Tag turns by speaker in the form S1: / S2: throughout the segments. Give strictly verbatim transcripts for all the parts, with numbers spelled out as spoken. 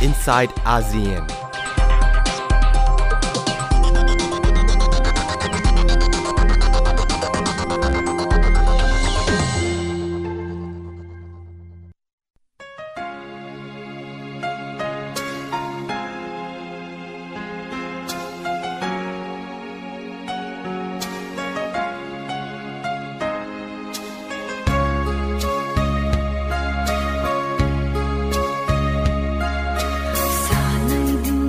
S1: inside ASEAN.
S2: xa nay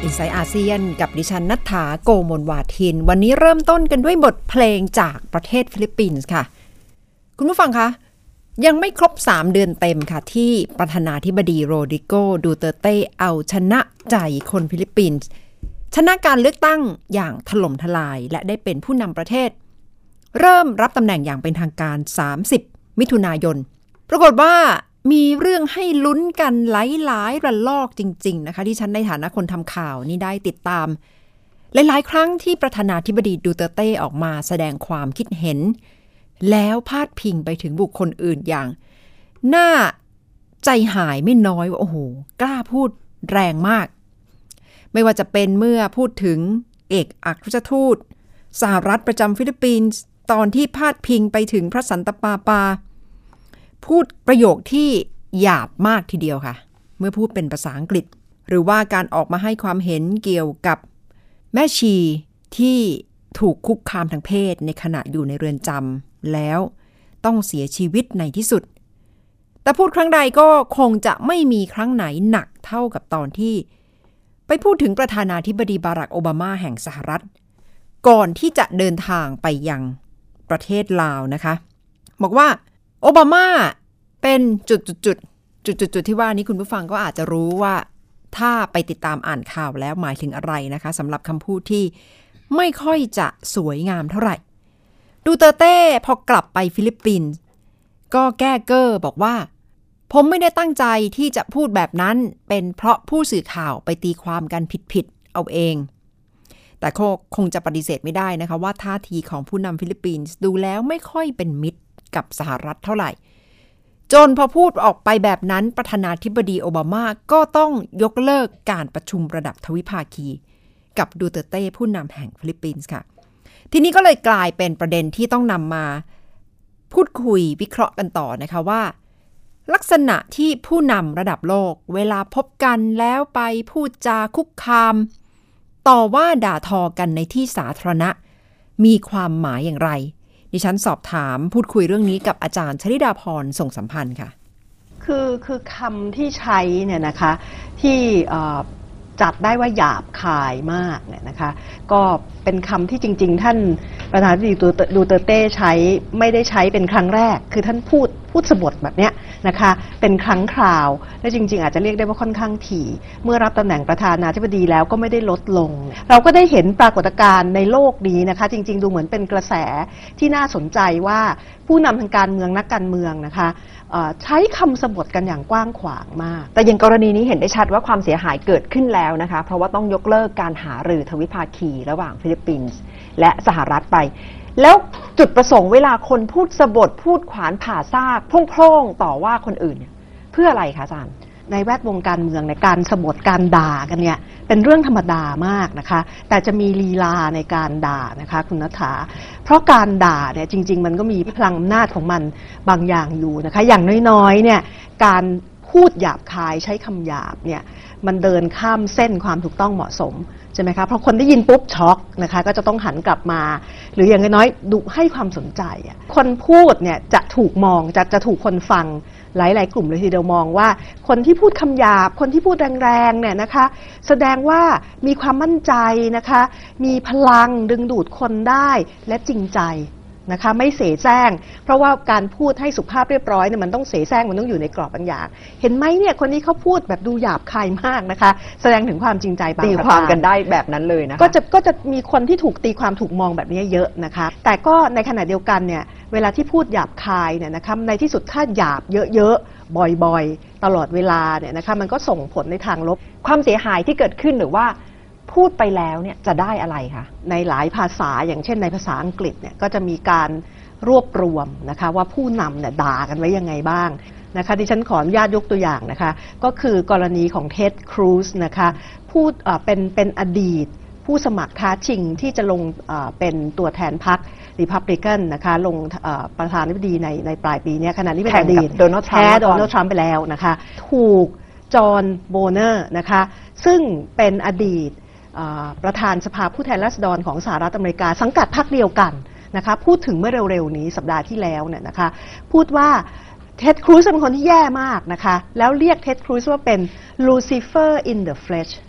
S1: Inside อาเซียนกับดิฉันณัฐฐา โกมลวาทินวันนี้เริ่มต้นกันด้วยบทเพลงจากประเทศฟิลิปปินส์ค่ะคุณผู้ฟังคะยังไม่ครบสามเดือนเต็มค่ะที่ประธานาธิบดีโรดริโก ดูเตอร์เต้เอาชนะใจคนฟิลิปปินส์ชนะการเลือกตั้งอย่างถล่มทลายและได้เป็นผู้นำประเทศเริ่มรับตำแหน่งอย่างเป็นทางการสามสิบมิถุนายนปรากฏว่ามีเรื่องให้ลุ้นกันหลายๆระลอกจริงๆนะคะที่ฉันในฐานะคนทำข่าวนี่ได้ติดตามหลายๆครั้งที่ประธานาธิบดีดูเตอร์เต้ออกมาแสดงความคิดเห็นแล้วพาดพิงไปถึงบุคคลอื่นอย่างน่าใจหายไม่น้อยว่าโอ้โหกล้าพูดแรงมากไม่ว่าจะเป็นเมื่อพูดถึงเอกอัครราชทูตสหรัฐประจำฟิลิปปินส์ตอนที่พาดพิงไปถึงพระสันตะปาปาพูดประโยคที่หยาบมากทีเดียวค่ะเมื่อพูดเป็นภาษาอังกฤษหรือว่าการออกมาให้ความเห็นเกี่ยวกับแม่ชีที่ถูกคุกคามทางเพศในขณะอยู่ในเรือนจำแล้วต้องเสียชีวิตในที่สุดแต่พูดครั้งใดก็คงจะไม่มีครั้งไหนหนักเท่ากับตอนที่ไปพูดถึงประธานาธิบดีบารักโอบามาแห่งสหรัฐก่อนที่จะเดินทางไปยังประเทศลาวนะคะบอกว่าโอบามาเป็นจุดจุดจุดจุดจุดจุดที่ว่านี้คุณผู้ฟังก็อาจจะรู้ว่าถ้าไปติดตามอ่านข่าวแล้วหมายถึงอะไรนะคะสำหรับคำพูดที่ไม่ค่อยจะสวยงามเท่าไหร่ดูเตอร์เต้พอกลับไปฟิลิปปินส์ก็แก้เก้อบอกว่าผมไม่ได้ตั้งใจที่จะพูดแบบนั้นเป็นเพราะผู้สื่อข่าวไปตีความกันผิดๆเอาเองแต่คงจะปฏิเสธไม่ได้นะคะว่าท่าทีของผู้นำฟิลิปปินส์ดูแล้วไม่ค่อยเป็นมิตรกับสหรัฐเท่าไหร่จนพอพูดออกไปแบบนั้นประธานาธิบดีโอบามาก็ต้องยกเลิกการประชุมระดับทวิภาคีกับดูเตอร์เต้ผู้นำแห่งฟิลิปปินส์ค่ะทีนี้ก็เลยกลายเป็นประเด็นที่ต้องนำมาพูดคุยวิเคราะห์กันต่อนะคะว่าลักษณะที่ผู้นำระดับโลกเวลาพบกันแล้วไปพูดจาคุกคามต่อว่าด่าทอกันในที่สาธารณะมีความหมายอย่างไรดิฉันสอบถามพูดคุยเรื่องนี้กับอาจารย์ชลิดาพรส่งสัมพันธ์ค่ะ
S2: คือคือคำที่ใช้เนี่ยนะคะที่จัดได้ว่าหยาบคายมากเนี่ยนะคะก็เป็นคำที่จริงๆท่านประธานาธิบดีดูเตอร์เต้ใช้ไม่ได้ใช้เป็นครั้งแรกคือท่านพูดพูดสบทแบบเนี้ยนะคะเป็นครั้งคราวและจริงๆอาจจะเรียกได้ว่าค่อนข้างถี่เมื่อรับตำแหน่งประธานาธิบดีแล้วก็ไม่ได้ลดลงเราก็ได้เห็นปรากฏการณ์ในโลกนี้นะคะจริงๆดูเหมือนเป็นกระแสที่น่าสนใจว่าผู้นำทางการเมืองนักการเมืองนะคะใช้คำสบทกันอย่างกว้างขวางมาก
S3: แต่อย่างกรณีนี้เห็นได้ชัดว่าความเสียหายเกิดขึ้นแล้วนะคะเพราะว่าต้องยกเลิกการหารือทวิภาคีระหว่างฟิลิปปินส์และสหรัฐไปแล้วจุดประสงค์เวลาคนพูดสบทพูดขวานผ่าซากโพร่งๆต่อว่าคนอื่นเนี่ยเพื่ออะไรคะอาจารย์
S2: ในแวดวงการเมืองในการสบทการด่ากันเนี่ยเป็นเรื่องธรรมดามากนะคะแต่จะมีลีลาในการด่านะคะคุณณัฐฐาเพราะการด่าเนี่ยจริงๆมันก็มีพลังอำนาจของมันบางอย่างอยู่นะคะอย่างน้อยๆเนี่ยการพูดหยาบคายใช้คำหยาบเนี่ยมันเดินข้ามเส้นความถูกต้องเหมาะสมใช่ไหมคะเพราะคนได้ยินปุ๊บช็อกนะคะก็จะต้องหันกลับมาหรืออย่างน้อยๆดูให้ความสนใจคนพูดเนี่ยจะถูกมองจะจะถูกคนฟังหลายๆกลุ่มเลยทีเดียวมองว่าคนที่พูดคำหยาบคนที่พูดแรงๆเนี่ยนะคะแสดงว่ามีความมั่นใจนะคะมีพลังดึงดูดคนได้และจริงใจนะคะไม่เสแสร้งเพราะว่าการพูดให้สุภาพเรียบร้อยเนี่ยมันต้องเสแสร้งมันต้องอยู่ในกรอบบางอย่างเห็นไหมเนี่ยคนนี้เขาพูดแบบดูหยาบคายมากนะคะแสดงถึงความจริงใจบาง
S3: ตีความกันได้แบบนั้นเลยนะคะ
S2: ก็จะก็จะมีคนที่ถูกตีความถูกมองแบบนี้เยอะนะคะแต่ก็ในขณะเดียวกันเนี่ยเวลาที่พูดหยาบคายเนี่ยนะคะในที่สุดถ้าหยาบเยอะๆบ่อยๆตลอดเวลาเนี่ยนะคะมันก็ส่งผลในทางลบ
S3: ความเสียหายที่เกิดขึ้นหรือว่าพูดไปแล้วเนี่ยจะได้อะไรคะ
S2: ในหลายภาษาอย่างเช่นในภาษาอังกฤษเนี่ยก็จะมีการรวบรวมนะคะว่าผู้นำเนี่ยด่ากันไว้ยังไงบ้างนะคะดิฉันขออนุญาตยกตัวอย่างนะคะก็คือกรณีของเท็ด ครูซนะคะพูดเป็นเป็นอดีตผู้สมัครท้าชิงที่จะลงเป็นตัวแทนพรรครีพับลิกันนะคะลงประธานาธิบดีในในปลายปีนี้ขณะนี้เป็นอดีตแพ้โดนัลด์ทรัมป์ไปแล้วนะคะถูกจอห์นโบเนอร์นะคะซึ่งเป็นอดีตประธานสภาผู้แทนราษฎรของสหรัฐอเมริกาสังกัดพรรคเดียวกันนะคะพูดถึงเมื่อเร็วๆนี้สัปดาห์ที่แล้วเนี่ยนะคะพูดว่าเท็ด ครูซเป็นคนที่แย่มากนะคะแล้วเรียกเท็ด ครูซว่าเป็น Lucifer in the flesh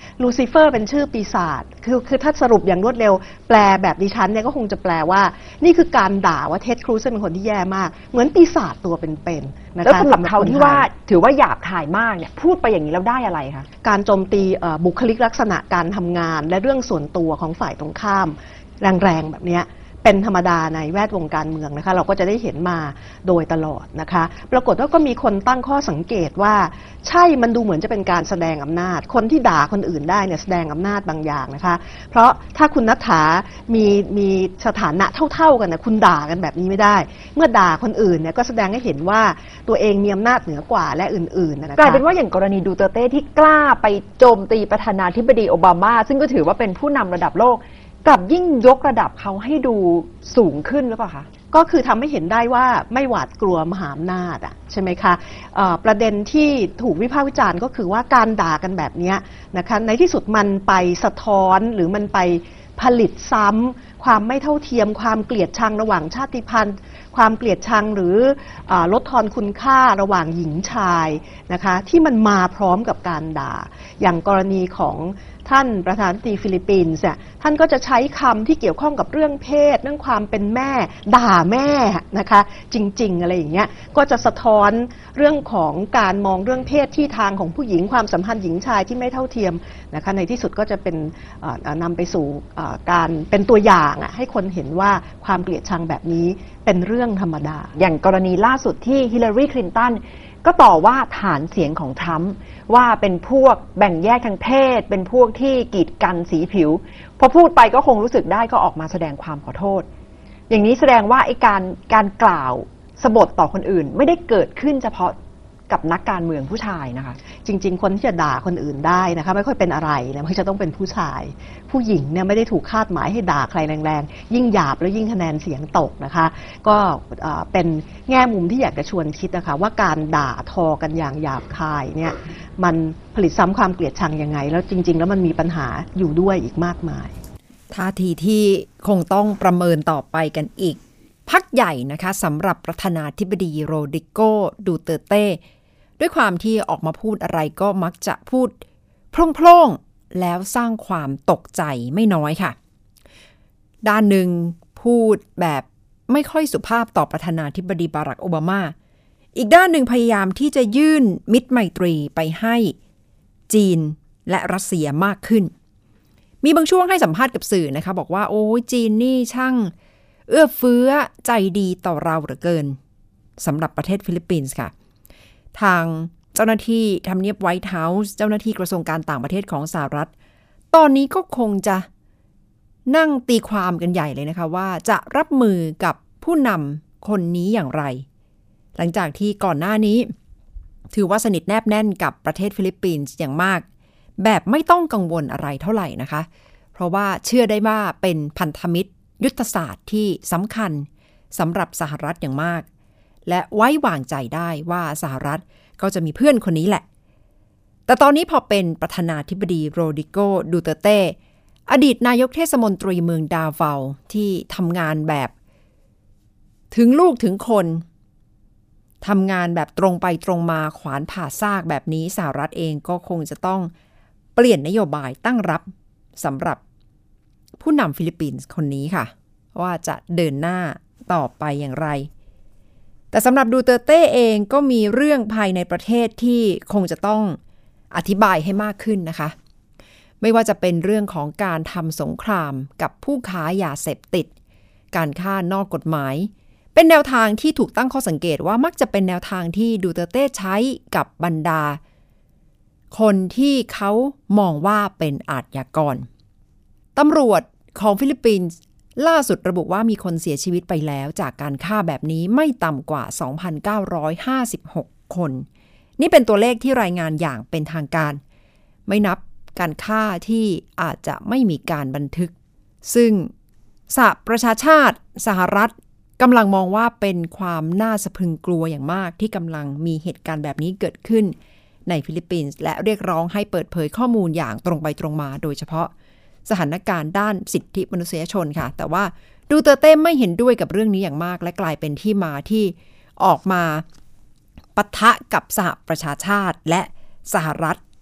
S2: ลูซิเฟอร์เป็นชื่อปีศาจคือคือถ้าสรุปอย่างรวดเร็วแปลแบบดิฉันเนี่ยก็คงจะแปลว่านี่คือการด่าว่าเท็ดครูซเป็นคนที่แย่มากเหมือนปีศาจตัวเป็นๆนะคะ
S3: แล้วสำหรับเขาที่ว่าถือว่าหยาบคายมากเนี่ยพูดไปอย่างนี้แล้วได้อะไรคะ
S2: การโจมตีบุคลิกลักษณะการทำงานและเรื่องส่วนตัวของฝ่ายตรงข้ามแรงๆแบบนี้เป็นธรรมดาในแวดวงการเมืองนะคะเราก็จะได้เห็นมาโดยตลอดนะคะปรากฏว่าก็มีคนตั้งข้อสังเกตว่าใช่มันดูเหมือนจะเป็นการแสดงอำนาจคนที่ด่าคนอื่นได้เนี่ยแสดงอำนาจบางอย่างนะคะเพราะถ้าคุณณัฐฐามีมีสถานะเท่าๆกันนะคุณด่ากันแบบนี้ไม่ได้เมื่อด่าคนอื่นเนี่ยก็แสดงให้เห็นว่าตัวเองมีอำนาจเหนือกว่าและอื่นๆนะคะ
S3: กลายเป็นว่าอย่างกรณีดูเตอร์เต้ที่กล้าไปโจมตีประธานาธิบดีโอบามาซึ่งก็ถือว่าเป็นผู้นำระดับโลกกลับยิ่งยกระดับเขาให้ดูสูงขึ้นหรือเปล่าคะ
S2: ก็คือทำให้เห็นได้ว่าไม่หวาดกลัวมหาอำนาจอ่ะใช่ไหมคะประเด็นที่ถูกวิพากษ์วิจารณ์ก็คือว่าการด่ากันแบบนี้นะคะในที่สุดมันไปสะท้อนหรือมันไปผลิตซ้ำความไม่เท่าเทียมความเกลียดชังระหว่างชาติพันธุ์ความเกลียดชังหรือลดทอนคุณค่าระหว่างหญิงชายนะคะที่มันมาพร้อมกับการด่าอย่างกรณีของท่านประธานาธิบดีฟิลิปปินส์เนี่ยท่านก็จะใช้คำที่เกี่ยวข้องกับเรื่องเพศเรื่องความเป็นแม่ด่าแม่นะคะจริงๆอะไรอย่างเงี้ยก็จะสะท้อนเรื่องของการมองเรื่องเพศที่ทางของผู้หญิงความสัมพันธ์หญิงชายที่ไม่เท่าเทียมนะคะในที่สุดก็จะเป็นนำไปสู่การเป็นตัวอย่างให้คนเห็นว่าความเกลียดชังแบบนี้เป็นเรื่องธรรมดา
S3: อย่างกรณีล่าสุดที่ฮิลลารีคลินตันก็ต่อว่าฐานเสียงของทรัมป์ว่าเป็นพวกแบ่งแยกทางเพศเป็นพวกที่กีดกันสีผิวพอพูดไปก็คงรู้สึกได้ก็ออกมาแสดงความขอโทษอย่างนี้แสดงว่าไอ้การการกล่าวสบถต่อคนอื่นไม่ได้เกิดขึ้นเฉพาะกับนักการเมืองผู้ชายนะคะ
S2: จริงๆคนที่จะด่าคนอื่นได้นะคะไม่ค่อยเป็นอะไรนะไม่จะต้องเป็นผู้ชายผู้หญิงเนี่ยไม่ได้ถูกคาดหมายให้ด่าใครแรงๆยิ่งหยาบแล้วยิ่งคะแนนเสียงตกนะคะก็เป็นแง่มุมที่อยากจะชวนคิดนะคะว่าการด่าทอกันอย่างหยาบคายเนี่ยมันผลิตซ้ำความเกลียดชังยังไงแล้วจริงๆแล้วมันมีปัญหาอยู่ด้วยอีกมากมาย
S1: ท่าทีที่คงต้องประเมินต่อไปกันอีกพักใหญ่นะคะสำหรับประธานาธิบดีโรดริโก ดูเตอร์เต้ด้วยความที่ออกมาพูดอะไรก็มักจะพูดโพล่งๆแล้วสร้างความตกใจไม่น้อยค่ะด้านหนึ่งพูดแบบไม่ค่อยสุภาพต่อประธานาธิบดีบารักโอบามาอีกด้านหนึ่งพยายามที่จะยื่นมิตรไมตรีไปให้จีนและรัสเซียมากขึ้นมีบางช่วงให้สัมภาษณ์กับสื่อนะคะบอกว่าโอ้ยจีนนี่ช่างเอื้อเฟื้อใจดีต่อเราเหลือเกินสำหรับประเทศฟิลิปปินส์ค่ะทางเจ้าหน้าที่ทำเนียบไวท์เฮาส์เจ้าหน้าที่กระทรวงการต่างประเทศของสหรัฐตอนนี้ก็คงจะนั่งตีความกันใหญ่เลยนะคะว่าจะรับมือกับผู้นำคนนี้อย่างไรหลังจากที่ก่อนหน้านี้ถือว่าสนิทแนบแน่นกับประเทศฟิลิปปินส์อย่างมากแบบไม่ต้องกังวลอะไรเท่าไหร่นะคะเพราะว่าเชื่อได้ว่าเป็นพันธมิตรยุทธศาสตร์ที่สำคัญสำหรับสหรัฐอย่างมากและไว้วางใจได้ว่าสหรัฐก็จะมีเพื่อนคนนี้แหละแต่ตอนนี้พอเป็นประธานาธิบดีโรดริโก ดูเตอร์เต้อดีตนายกเทศมนตรีเมืองดาวาลที่ทำงานแบบถึงลูกถึงคนทำงานแบบตรงไปตรงมาขวานผ่าซากแบบนี้สหรัฐเองก็คงจะต้องเปลี่ยนนโยบายตั้งรับสำหรับผู้นำฟิลิปปินส์คนนี้ค่ะว่าจะเดินหน้าต่อไปอย่างไรแต่สำหรับดูเตอร์เต้เองก็มีเรื่องภายในประเทศที่คงจะต้องอธิบายให้มากขึ้นนะคะไม่ว่าจะเป็นเรื่องของการทำสงครามกับผู้ค้ายาเสพติดการฆ่านอกกฎหมายเป็นแนวทางที่ถูกตั้งข้อสังเกตว่ามักจะเป็นแนวทางที่ดูเตอร์เต้ใช้กับบรรดาคนที่เขามองว่าเป็นอาชญากรตำรวจของฟิลิปปินส์ล่าสุดระบุว่ามีคนเสียชีวิตไปแล้วจากการฆ่าแบบนี้ไม่ต่ำกว่า สองพันเก้าร้อยห้าสิบหก คนนี่เป็นตัวเลขที่รายงานอย่างเป็นทางการไม่นับการฆ่าที่อาจจะไม่มีการบันทึกซึ่งสหประชาชาติสหรัฐกำลังมองว่าเป็นความน่าสะพรึงกลัวอย่างมากที่กำลังมีเหตุการณ์แบบนี้เกิดขึ้นในฟิลิปปินส์และเรียกร้องให้เปิดเผยข้อมูลอย่างตรงไปตรงมาโดยเฉพาะสถานการณ์ด้านสิทธิมนุษยชนค่ะแต่ว่าดูเตอร์เต้ไม่เห็นด้วยกับเรื่องนี้อย่างมากและกลายเป็นที่มาที่ออกมาปะทะกับสหประชาชาติและสหรัฐ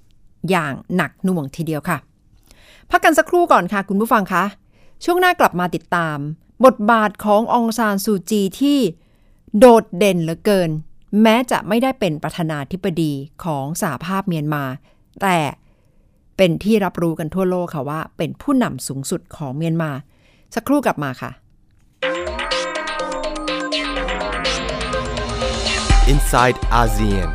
S1: อย่างหนักหน่วงทีเดียวค่ะพักกันสักครู่ก่อนค่ะคุณผู้ฟังคะช่วงหน้ากลับมาติดตามบทบาทขององซานซูจีที่โดดเด่นเหลือเกินแม้จะไม่ได้เป็นประธานาธิบดีของสหภาพเมียนมาแต่เป็นที่รับรู้กันทั่วโลกค่ะว่าเป็นผู้นำสูงสุดของเมียนมาสักครู่กลับมาค่ะ
S4: Inside อาเซียน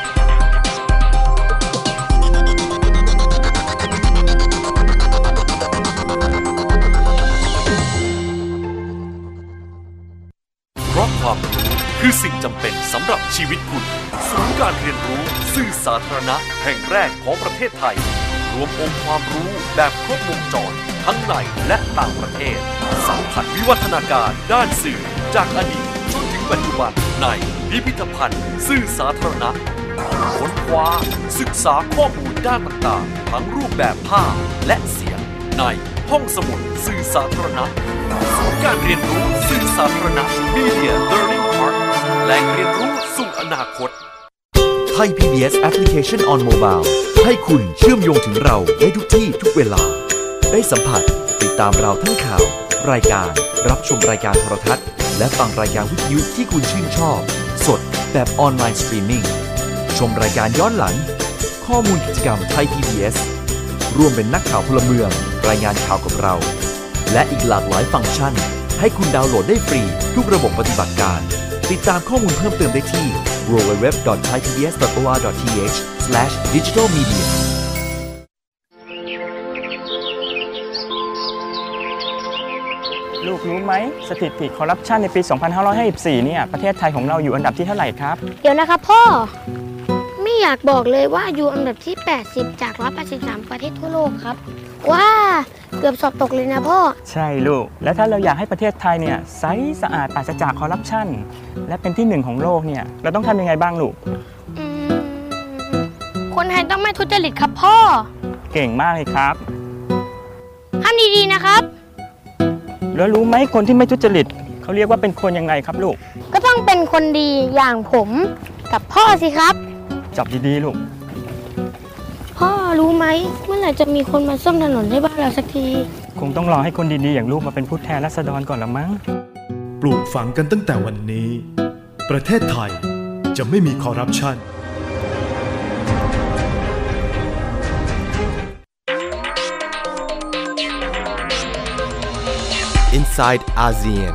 S5: เพราะความรู้คือสิ่งจำเป็นสำหรับชีวิตคุณศูนย์การเรียนรู้สื่อสาธารณะแห่งแรกของประเทศไทยรวมองค์ความรู้แบบครบวงจรทั้งในและต่างประเทศสัมผัสวิวัฒนาการด้านสื่อจากอดีตจนถึงปัจจุบันในพิพิธภัณฑ์สื่อสาธารณะค้นคว้าศึกษาข้อมูลด้านต่างๆทั้งรูปแบบภาพและเสียงในห้องสมุดสื่อสาธารณะศูนย์การเรียนรู้สื่อสาธารณะ Media Learning Park แหล่งเรียนรู้สู่อนาคต
S4: ไทย พี บี เอส Application on Mobile ให้คุณเชื่อมโยงถึงเราได้ทุกที่ทุกเวลาได้สัมผัสติดตามเราทั้งข่าวรายการรับชมรายการโทรทัศน์และฟังรายการวิทยุที่คุณชื่นชอบสดแบบออนไลน์สตรีมมิ่งชมรายการย้อนหลังข้อมูลกิจกรรมไทย พี บี เอส ร่วมเป็นนักข่าวพลเมืองรายงานข่าวกับเราและอีกหลากหลายฟังก์ชันให้คุณดาวน์โหลดได้ฟรีทุกระบบปฏิบัติการติดตามข้อมูลเพิ่มเติมได้ที่ ดับเบิลยู ดับเบิลยู ดับเบิลยู ดอท ไทย พี บี เอส ดอท โอ อาร์ ดอท ที เอช สแลช ดิจิทัล มีเดีย
S6: ลูกรู้ไหมสถิติคอร์รัปชันในปี สองพันห้าร้อยห้าสิบสี่ เนี่ยประเทศไทยของเราอยู่อันดับที่เท่าไหร่ครับ
S7: เดี๋ยวนะครับพ่อไม่อยากบอกเลยว่าอยู่อันดับที่แปดสิบจากหนึ่งร้อยแปดสิบสามประเทศทั่วโลกครับว้าเกือบสอบตกเลยนะพ่อ
S6: ใช่ลูกแล้วถ้าเราอยากให้ประเทศไทยเนี่ยใสสะอาดปราศจากคอร์รัปชันและเป็นที่หนึ่งของโลกเนี่ยเราต้องทำยังไงบ้างลูก
S7: อืมคนไทยต้องไม่ทุจริตครับพ่อ
S6: เก่งมากเลยครับ
S7: ทำดีๆนะครับ
S6: แล้วรู้ไหมคนที่ไม่ทุจริตเขาเรียกว่าเป็นคนยังไงครับลูก
S7: ก็ต้องเป็นคนดีอย่างผมกับพ่อสิครับ
S6: จับดีๆลูก
S7: พ่อรู้ไหมเมื่อไหร่จะมีคนมาซ่อมถนนให้บ้านเราสักที
S6: คงต้องรอให้คนดีๆอย่างลูกมาเป็นผู้แทนราษฎรก่อนละมั้ง
S8: ปลูกฝังกันตั้งแต่วันนี้ประเทศไทยจะไม่มีคอร์รัปชัน
S4: Inside อาเซียน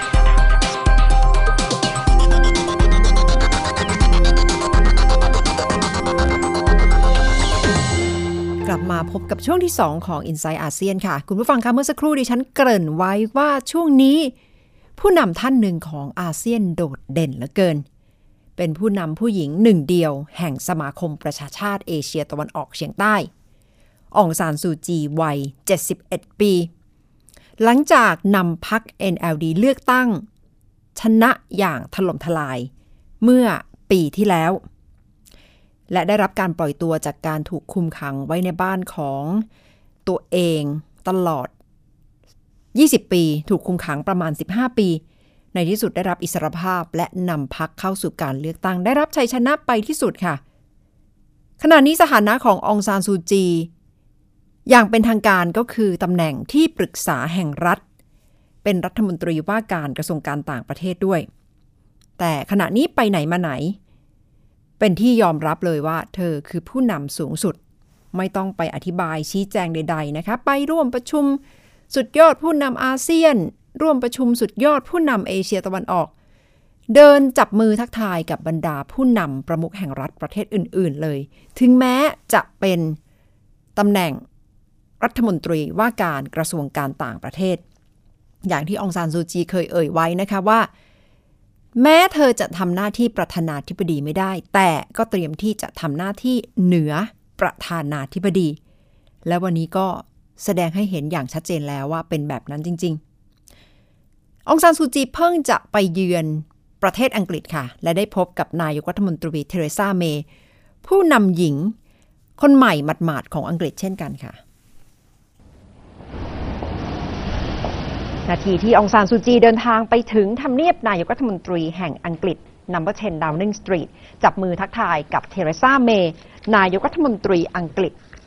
S1: กลับมาพบกับช่วงที่สองของ Inside อาเซียนค่ะคุณผู้ฟังคะเมื่อสักครู่ดิฉันเกริ่นไว้ว่าช่วงนี้ผู้นำท่านหนึ่งของอาเซียนโดดเด่นเหลือเกินเป็นผู้นำผู้หญิงหนึ่งเดียวแห่งสมาคมประชาชาติเอเชียตะวันออกเฉียงใต้องซานซูจีวัยเจ็ดสิบเอ็ดปีหลังจากนำพรรค เอ็น แอล ดี เลือกตั้งชนะอย่างถล่มทลายเมื่อปีที่แล้วและได้รับการปล่อยตัวจากการถูกคุมขังไว้ในบ้านของตัวเองตลอดยี่สิบปีถูกคุมขังประมาณสิบห้าปีในที่สุดได้รับอิสรภาพและนำพรรคเข้าสู่การเลือกตั้งได้รับชัยชนะไปที่สุดค่ะขณะนี้สถานะขององซานซูจีอย่างเป็นทางการก็คือตำแหน่งที่ปรึกษาแห่งรัฐเป็นรัฐมนตรีว่าการกระทรวงการต่างประเทศด้วยแต่ขณะนี้ไปไหนมาไหนเป็นที่ยอมรับเลยว่าเธอคือผู้นำสูงสุดไม่ต้องไปอธิบายชี้แจงใดๆนะคะไปร่วมประชุมสุดยอดผู้นำอาเซียนร่วมประชุมสุดยอดผู้นำเอเชียตะวันออกเดินจับมือทักทายกับบรรดาผู้นำประมุขแห่งรัฐประเทศอื่นๆเลยถึงแม้จะเป็นตำแหน่งรัฐมนตรีว่าการกระทรวงการต่างประเทศอย่างที่องซานซูจีเคยเอ่ยไว้นะคะว่าแม้เธอจะทำหน้าที่ประธานาธิบดีไม่ได้แต่ก็เตรียมที่จะทำหน้าที่เหนือประธานาธิบดีและวันนี้ก็แสดงให้เห็นอย่างชัดเจนแล้วว่าเป็นแบบนั้นจริงๆองซานซูจีเพิ่งจะไปเยือนประเทศอังกฤษค่ะและได้พบกับนายกรัฐมนตรีเทเรซาเมย์ผู้นำหญิงคนใหม่หมาดๆของอังกฤษเช่นกันค่ะ
S3: นาทีที่องซานซูจีเดินทางไปถึงทำเนียบนายกรัฐมนตรีแห่งอังกฤษ นัมเบอร์ สิบ ดาวนิง สตรีท จับมือทักทายกับเทเรซา เมย์ นายกรัฐมนตรีอังกฤษ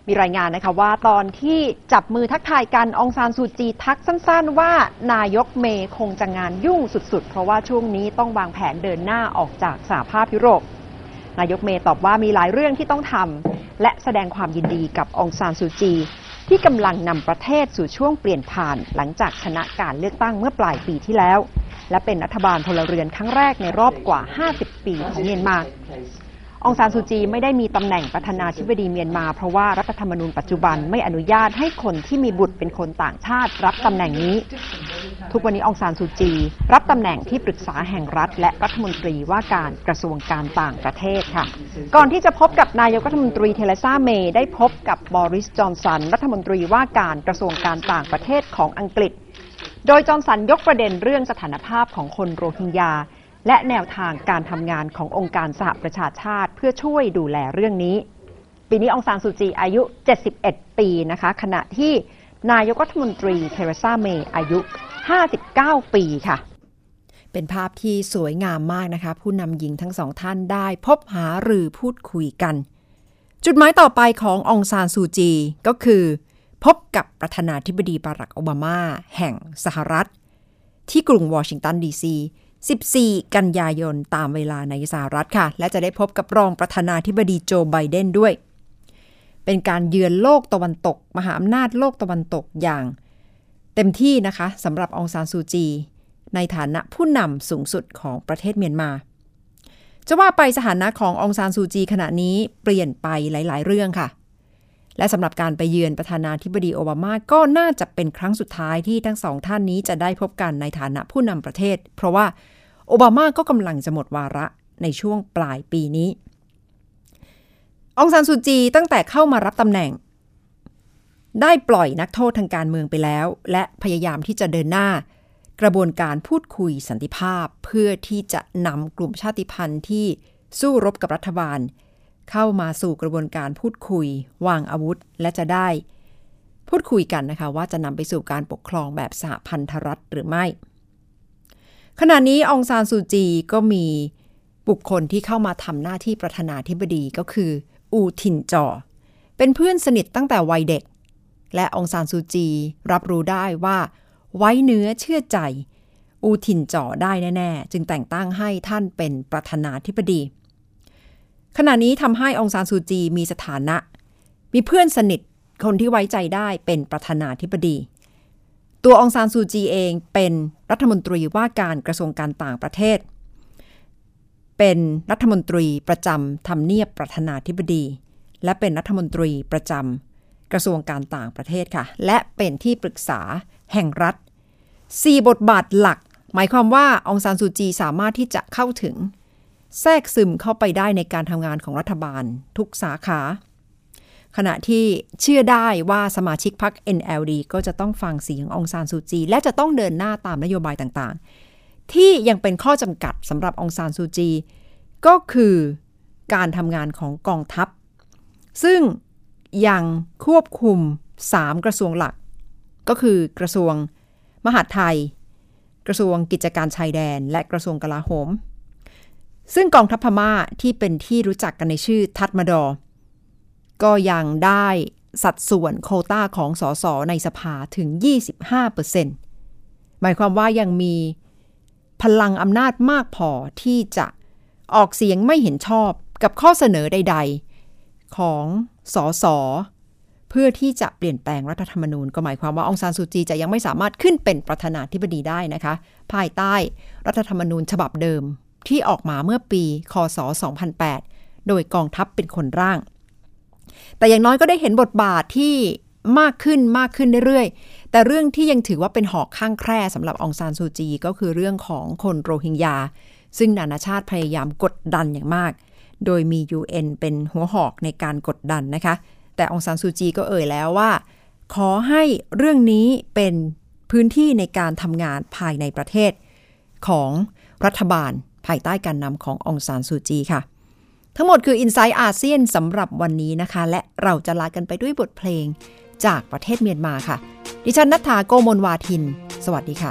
S3: มีรายงานนะคะว่าตอนที่จับมือทักทายกันองซานซูจีทักสั้นๆว่านายกเมย์คงจะงานยุ่งสุดๆเพราะว่าช่วงนี้ต้องวางแผนเดินหน้าออกจากสหภาพยุโรปนายกเมย์ตอบว่ามีหลายเรื่องที่ต้องทำและแสดงความยินดีกับองซานซูจีที่กำลังนำประเทศสู่ช่วงเปลี่ยนผ่านหลังจากชนะการเลือกตั้งเมื่อปลายปีที่แล้วและเป็นรัฐบาลพลเรือนครั้งแรกในรอบกว่าห้าสิบปีของเมียนมาองซานซูจีไม่ได้มีตำแหน่งประธานาธิบดีเมียนมาเพราะว่ารัฐธรรมนูญปัจจุบันไม่อนุญาตให้คนที่มีบุตรเป็นคนต่างชาติรับตำแหน่งนี้ทุกวันนี้องซานซูจีรับตำแหน่งที่ปรึกษาแห่งรัฐและรัฐมนตรีว่าการกระทรวงการต่างประเทศค่ะก่อนที่จะพบกับนายกรัฐมนตรีเทเรซาเมย์ได้พบกับบอริสจอนสันรัฐมนตรีว่าการกระทรวงการต่างประเทศของอังกฤษโดยจอนสันยกประเด็นเรื่องสถานภาพของคนโรฮิงญาและแนวทางการทำงานขององค์การสหประชาชาติเพื่อช่วยดูแลเรื่องนี้ปีนี้องซานซูจีอายุเจ็ดสิบเอ็ดปีนะคะขณะที่นายกรัฐมนตรีเทเรซาเมย์อายุห้าสิบเก้าปีค่ะ
S1: เป็นภาพที่สวยงามมากนะคะผู้นำหญิงทั้งสองท่านได้พบหารือพูดคุยกันจุดหมายต่อไปขององซานซูจีก็คือพบกับประธานาธิบดีบารักโอบามาแห่งสหรัฐที่กรุงวอชิงตันดีซีสิบสี่กันยายนตามเวลาในสหรัฐค่ะและจะได้พบกับรองประธานาธิบดีโจไบเดนด้วยเป็นการเยือนโลกตะวันตกมหาอำนาจโลกตะวันตกอย่างเต็มที่นะคะสำหรับองซานซูจีในฐานะผู้นำสูงสุดของประเทศเมียนมาจะว่าไปสถานะขององซานซูจีขณะนี้เปลี่ยนไปหลายๆเรื่องค่ะและสำหรับการไปเยือนประธานาธิบดีโอบามาก็น่าจะเป็นครั้งสุดท้ายที่ทั้งสองท่านนี้จะได้พบกันในฐานะผู้นำประเทศเพราะว่าโอบามาก็กำลังจะหมดวาระในช่วงปลายปีนี้องซานซูจีตั้งแต่เข้ามารับตำแหน่งได้ปล่อยนักโทษทางการเมืองไปแล้วและพยายามที่จะเดินหน้ากระบวนการพูดคุยสันติภาพเพื่อที่จะนำกลุ่มชาติพันธุ์ที่สู้รบกับรัฐบาลเข้ามาสู่กระบวนการพูดคุยวางอาวุธและจะได้พูดคุยกันนะคะว่าจะนำไปสู่การปกครองแบบสหพันธรัฐหรือไม่ขณะนี้องซานซูจีก็มีบุคคลที่เข้ามาทำหน้าที่ประธานาธิบดีก็คืออูทินจอเป็นเพื่อนสนิทตั้งแต่วัยเด็กและองซานซูจีรับรู้ได้ว่าไว้เนื้อเชื่อใจอูทินจอได้แน่ๆจึงแต่งตั้งให้ท่านเป็นประธานาธิบดีขณะนี้ทำให้องซานซูจีมีสถานะมีเพื่อนสนิทคนที่ไว้ใจได้เป็นประธานาธิบดีตัวองซานซูจีเองเป็นรัฐมนตรีว่าการกระทรวงการต่างประเทศเป็นรัฐมนตรีประจำทำเนียบประธานาธิบดีและเป็นรัฐมนตรีประจำกระทรวงการต่างประเทศค่ะและเป็นที่ปรึกษาแห่งรัฐสี่บทบาทหลักหมายความว่าองซานซูจีสามารถที่จะเข้าถึงแทรกซึมเข้าไปได้ในการทำงานของรัฐบาลทุกสาขาขณะที่เชื่อได้ว่าสมาชิกพรรค เอ็น แอล ดี ก็จะต้องฟังเสียงองซานซูจีและจะต้องเดินหน้าตามนโยบายต่างๆที่ยังเป็นข้อจำกัดสำหรับองซานซูจีก็คือการทำงานของกองทัพซึ่งยังควบคุมสามกระทรวงหลักก็คือกระทรวงมหาดไทยกระทรวงกิจการชายแดนและกระทรวงกลาโหมซึ่งกองทัพพม่าที่เป็นที่รู้จักกันในชื่อทัดมาดอก็ยังได้สัดส่วนโควต้าของสสในสภาถึง ยี่สิบห้าเปอร์เซ็นต์ หมายความว่ายังมีพลังอำนาจมากพอที่จะออกเสียงไม่เห็นชอบกับข้อเสนอใดๆของสสเพื่อที่จะเปลี่ยนแปลงรัฐธรรมนูญก็หมายความว่าองซานซูจีจะยังไม่สามารถขึ้นเป็นประธานาธิบดีได้นะคะภายใต้รัฐธรรมนูญฉบับเดิมที่ออกมาเมื่อปีค.ศ. สองพันแปดโดยกองทัพเป็นคนร่างแต่อย่างน้อยก็ได้เห็นบทบาทที่มากขึ้นมากขึ้นเรื่อยๆแต่เรื่องที่ยังถือว่าเป็นหอกข้างแคร่สำหรับองซานซูจีก็คือเรื่องของคนโรฮิงญาซึ่งนานาชาติพยายามกดดันอย่างมากโดยมี ยู เอ็น เป็นหัวหอกในการกดดันนะคะแต่องซานซูจีก็เอ่ยแล้วว่าขอให้เรื่องนี้เป็นพื้นที่ในการทำงานภายในประเทศของรัฐบาลภายใต้การนำขององซานซูจีค่ะทั้งหมดคือ Inside อาเซียนสำหรับวันนี้นะคะและเราจะลากันไปด้วยบทเพลงจากประเทศเมียนมาค่ะดิฉันณัฐฐา โกมลวาทินสวัสดีค่ะ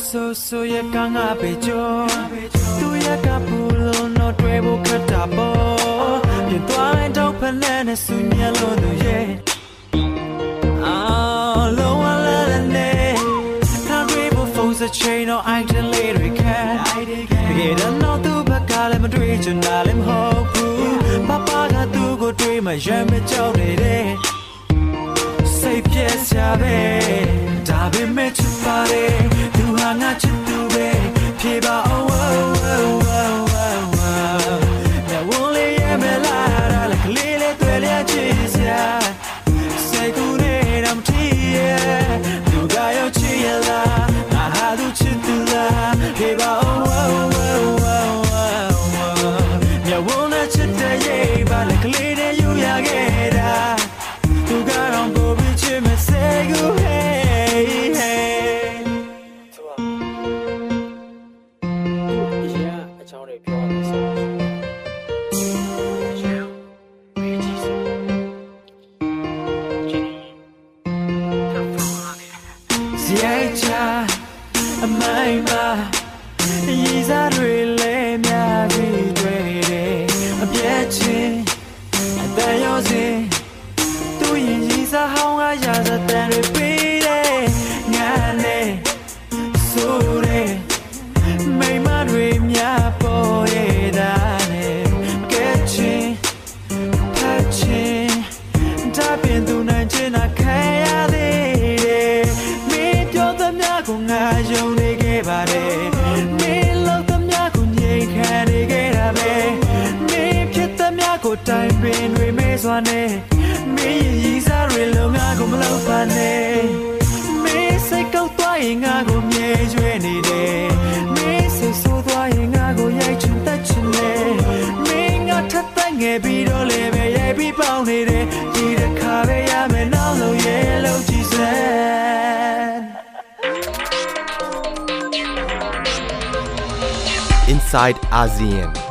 S9: ဆိုဆိုရကငါပေကြောသူရကပူလုံးတော့တွေ့ဖို့ခက်တာပေါ့ပြသွားတဲ့တော့ဖက်နဲ့ဆူညံလို့သူရဲ့အာလုံးဝလည်းနဲ့ခံတွေ့ဖို့ဖုန်းစချိန်တော့ I can later we can တကယ်တော့သူဘက်ကလည်းမတွေ့ချင်တာလည်းမဟုတ်ဘူးပပကသူ့ကိုတွေ့မှရမ်းမကြောက်နေတယ်စိတ်ပြည့်စရာပဲဒါပေမဲ့ချစ်ပါတယ်သူဟာငါချစ်သူပဲဖြေပါ oh oh oh oh oh ညဝလေးရဲ့မလာတာလည်းကလေးလေးတွေ့လျက်ချစ်စရာစိတ်ကူးနေတာမထီးရဲ့သူကရောက်ချစ်ရလားငါဟာသူချစ်သူလားဖြေပါ oh oh oh oh ညဝနဲ့ချစ်တဲ့ရဲ့ပါလည်းကလေးလေးယူရခဲ့တာသူကတော့ကိုပြီးချစ်မစဲကူ hey hey အမိုင်းမှာရေးစားတွေလည်းများပြီးတွေ့တယ်အပြည့်ချင်းအတန်ရောစင်သူရင်ရေးစားဟောင်းကရာဇတန်တွေပြီးတယ်ငါနဲ့ဆိုတယ်မိမတွေများပေါ်ရတာနဲ့ကဲချင်းဖတ်ချင်းဒါပြင်သူနိုင်ချင်တာခံရသေးတယ်မင်းပြောသမျှကိုငါယုံနေခဲ့ပါတယ်မင်းလောက်သမျှကိုငြိမ်ခံနေခဲ့တာပဲမင်းဖြစ်သမျှကိုတိုင်ပင်တွေမဲစွာနဲ့မင်းရည်စားတွေလုံးငါကိုမလောက်ပါနဲ့မင်းစိတ်ကောက်သွားရင်ငါကိုမြဲကျွေးနေတယ်မင်းစိတ်ဆိုးသွားရင်ငါကိုရိုက်ချင်တတ်ချင်တယ်မင်းငါထပ်သက်ငယ်ပြီးတော့လည်းပဲရိုက်ပြီးပေါင်းနေတယ်ဒီတစ်ခါပဲရမယ်နောက်လို့ရဲ့လို့ကြည့်စမ်း
S4: Inside ASEAN